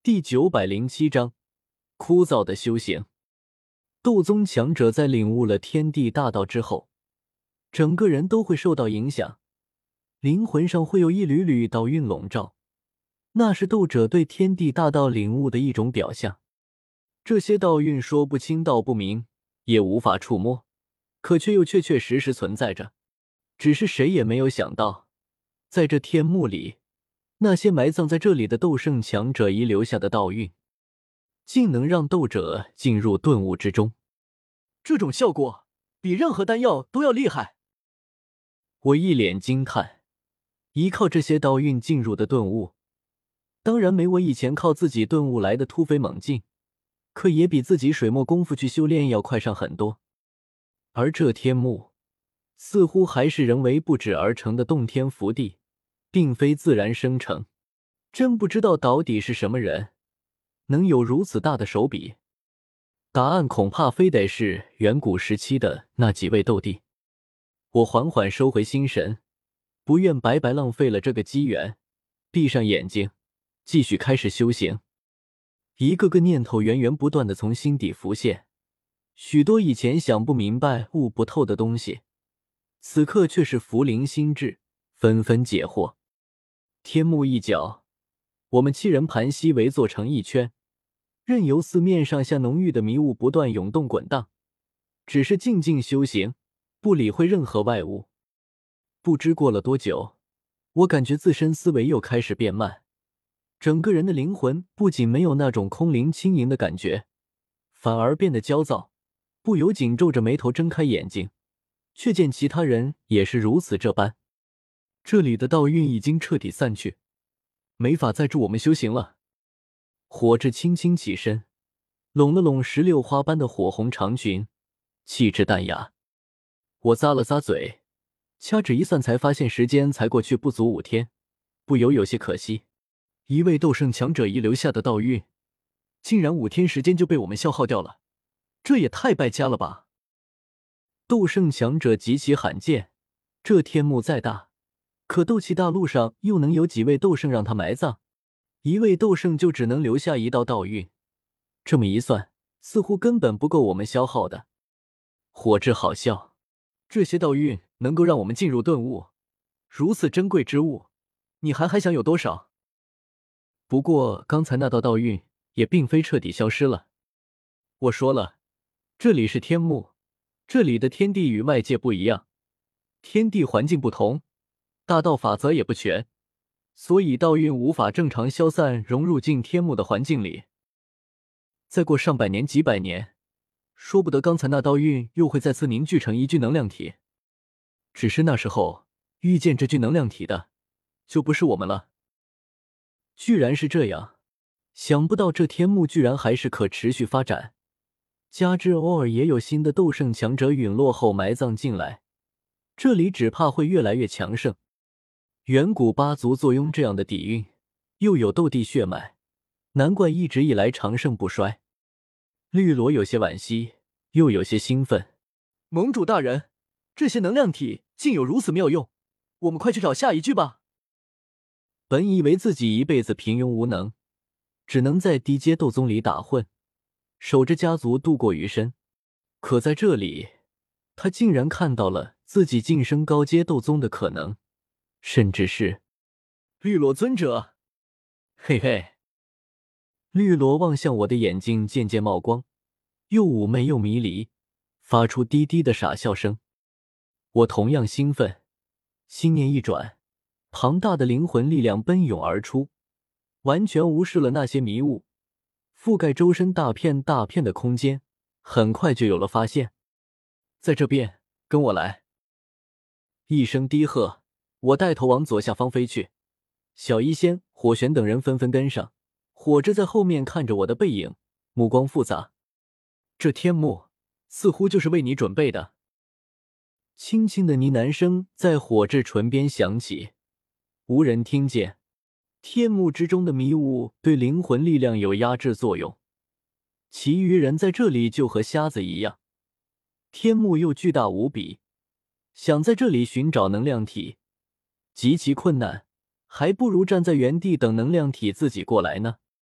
第907章枯燥的修行。斗宗强者在领悟了天地大道之后，整个人都会受到影响，灵魂上会有一缕缕道韵笼罩，那是斗者对天地大道领悟的一种表象。这些道韵说不清道不明，也无法触摸，可却又确确实实存在着。只是谁也没有想到，在这天幕里，那些埋葬在这里的斗圣强者遗留下的道韵，竟能让斗者进入顿悟之中。这种效果比任何丹药都要厉害。我一脸惊叹，依靠这些道韵进入的顿悟，当然没我以前靠自己顿悟来的突飞猛进，可也比自己水墨功夫去修炼要快上很多。而这天幕似乎还是人为布置而成的洞天福地，并非自然生成。真不知道到底是什么人能有如此大的手笔。答案恐怕非得是远古时期的那几位斗帝。我缓缓收回心神，不愿白白浪费了这个机缘，闭上眼睛继续开始修行。一个个念头源源不断地从心底浮现，许多以前想不明白悟不透的东西，此刻却是福临心智，纷纷解惑。天幕一角，我们7人盘膝围坐成一圈，任由四面上下浓郁的迷雾不断涌动滚荡，只是静静修行，不理会任何外物。不知过了多久，我感觉自身思维又开始变慢，整个人的灵魂不仅没有那种空灵轻盈的感觉，反而变得焦躁，不由紧皱着眉头睁开眼睛，却见其他人也是如此这般。这里的道韵已经彻底散去，没法再助我们修行了。火炙轻轻起身，拢了拢16花般的火红长裙，气质淡雅。我咂了咂嘴，掐指一算才发现时间才过去不足5天，不由有些可惜。一位斗圣强者遗留下的道韵，竟然5天时间就被我们消耗掉了，这也太败家了吧。斗圣强者极其罕见，这天幕再大，可斗气大陆上又能有几位斗圣让他埋葬？一位斗圣就只能留下1道道韵，这么一算，似乎根本不够我们消耗的。火炙好笑，这些道韵能够让我们进入顿悟，如此珍贵之物，你还想有多少？不过刚才那道道韵也并非彻底消失了。我说了，这里是天幕，这里的天地与外界不一样，天地环境不同，大道法则也不全，所以道韵无法正常消散融入进天幕的环境里。再过上百年几百年，说不得刚才那道韵又会再次凝聚成一具能量体。只是那时候遇见这具能量体的就不是我们了。居然是这样，想不到这天幕居然还是可持续发展，加之偶尔也有新的斗圣强者陨落后埋葬进来，这里只怕会越来越强盛。远古8族坐拥这样的底蕴，又有斗帝血脉，难怪一直以来长盛不衰。绿萝有些惋惜，又有些兴奋。盟主大人，这些能量体竟有如此妙用，我们快去找下一具吧。本以为自己一辈子平庸无能，只能在低阶斗宗里打混，守着家族度过余生，可在这里，他竟然看到了自己晋升高阶斗宗的可能，甚至是绿萝尊者。嘿嘿。绿萝望向我的眼睛渐渐冒光，又妩媚又迷离，发出低低的傻笑声。我同样兴奋，心念一转，庞大的灵魂力量奔涌而出，完全无视了那些迷雾，覆盖周身大片大片的空间，很快就有了发现。在这边，跟我来。一声低喝，我带头往左下方飞去，小医仙、火玄等人纷纷跟上。火炙在后面看着我的背影，目光复杂。这天幕似乎就是为你准备的。轻轻的呢喃声在火炙唇边响起，无人听见。天幕之中的迷雾对灵魂力量有压制作用，其余人在这里就和瞎子一样。天幕又巨大无比，想在这里寻找能量体极其困难，还不如站在原地等能量体自己过来呢。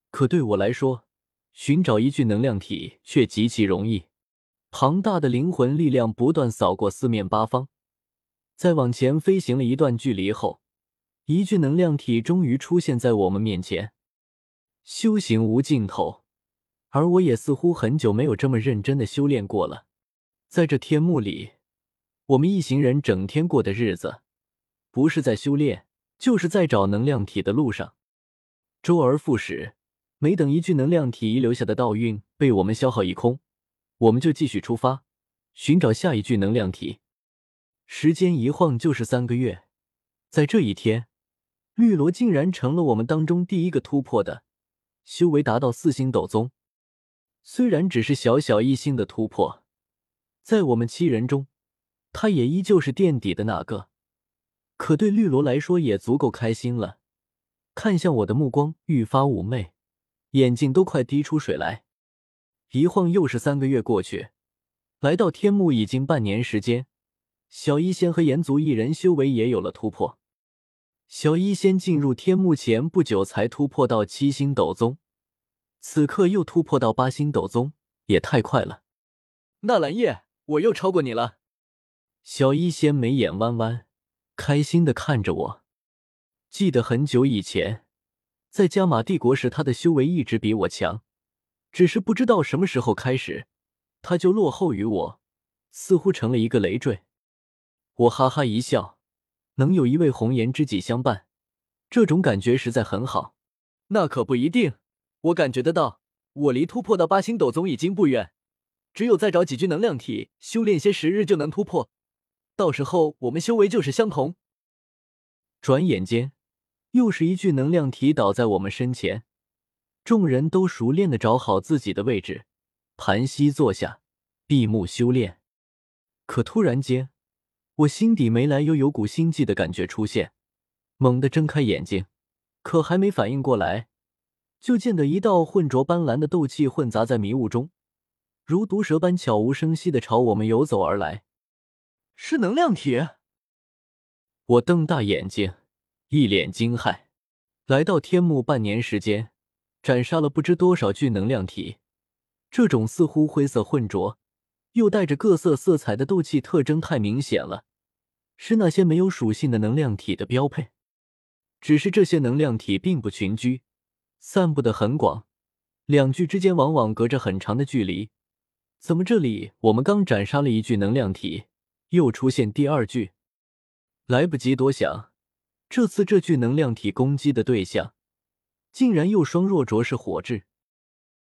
可对我来说，寻找一具能量体却极其容易。庞大的灵魂力量不断扫过四面八方，在往前飞行了一段距离后，一具能量体终于出现在我们面前。修行无尽头，而我也似乎很久没有这么认真的修炼过了。在这天幕里，我们一行人整天过的日子，不是在修炼，就是在找能量体的路上，周而复始。每等一具能量体遗留下的道运被我们消耗一空，我们就继续出发，寻找下一具能量体。时间一晃就是3个月，在这一天，绿萝竟然成了我们当中第一个突破的，修为达到4星斗宗。虽然只是小小1星的突破，在我们7人中，他也依旧是垫底的那个，可对绿萝来说也足够开心了。看向我的目光愈发妩媚，眼睛都快滴出水来。一晃又是3个月过去，来到天幕已经半年时间，小医仙和炎族一人修为也有了突破。小医仙进入天幕前不久才突破到7星斗宗，此刻又突破到8星斗宗，也太快了。纳兰叶，我又超过你了。小医仙眉眼弯弯，开心地看着我。记得很久以前，在加玛帝国时，他的修为一直比我强，只是不知道什么时候开始，他就落后于我，似乎成了一个累赘。我哈哈一笑，能有一位红颜知己相伴，这种感觉实在很好。那可不一定，我感觉得到，我离突破到8星斗宗已经不远，只有再找几具能量体，修炼些时日就能突破，到时候我们修为就是相同。转眼间，又是一具能量体倒在我们身前，众人都熟练地找好自己的位置，盘膝坐下，闭目修炼。可突然间，我心底没来由有股心悸的感觉出现，猛地睁开眼睛，可还没反应过来，就见得一道浑浊斑斓的斗气混杂在迷雾中，如毒蛇般悄无声息地朝我们游走而来。是能量体？我瞪大眼睛，一脸惊骇。来到天幕半年时间，斩杀了不知多少具能量体，这种似乎灰色混浊又带着各色色彩的斗气特征太明显了，是那些没有属性的能量体的标配。只是这些能量体并不群居，散布得很广，两具之间往往隔着很长的距离。怎么这里我们刚斩杀了一具能量体，又出现第2具？来不及多想，这次这具能量体攻击的对象竟然又双若灼是火炙。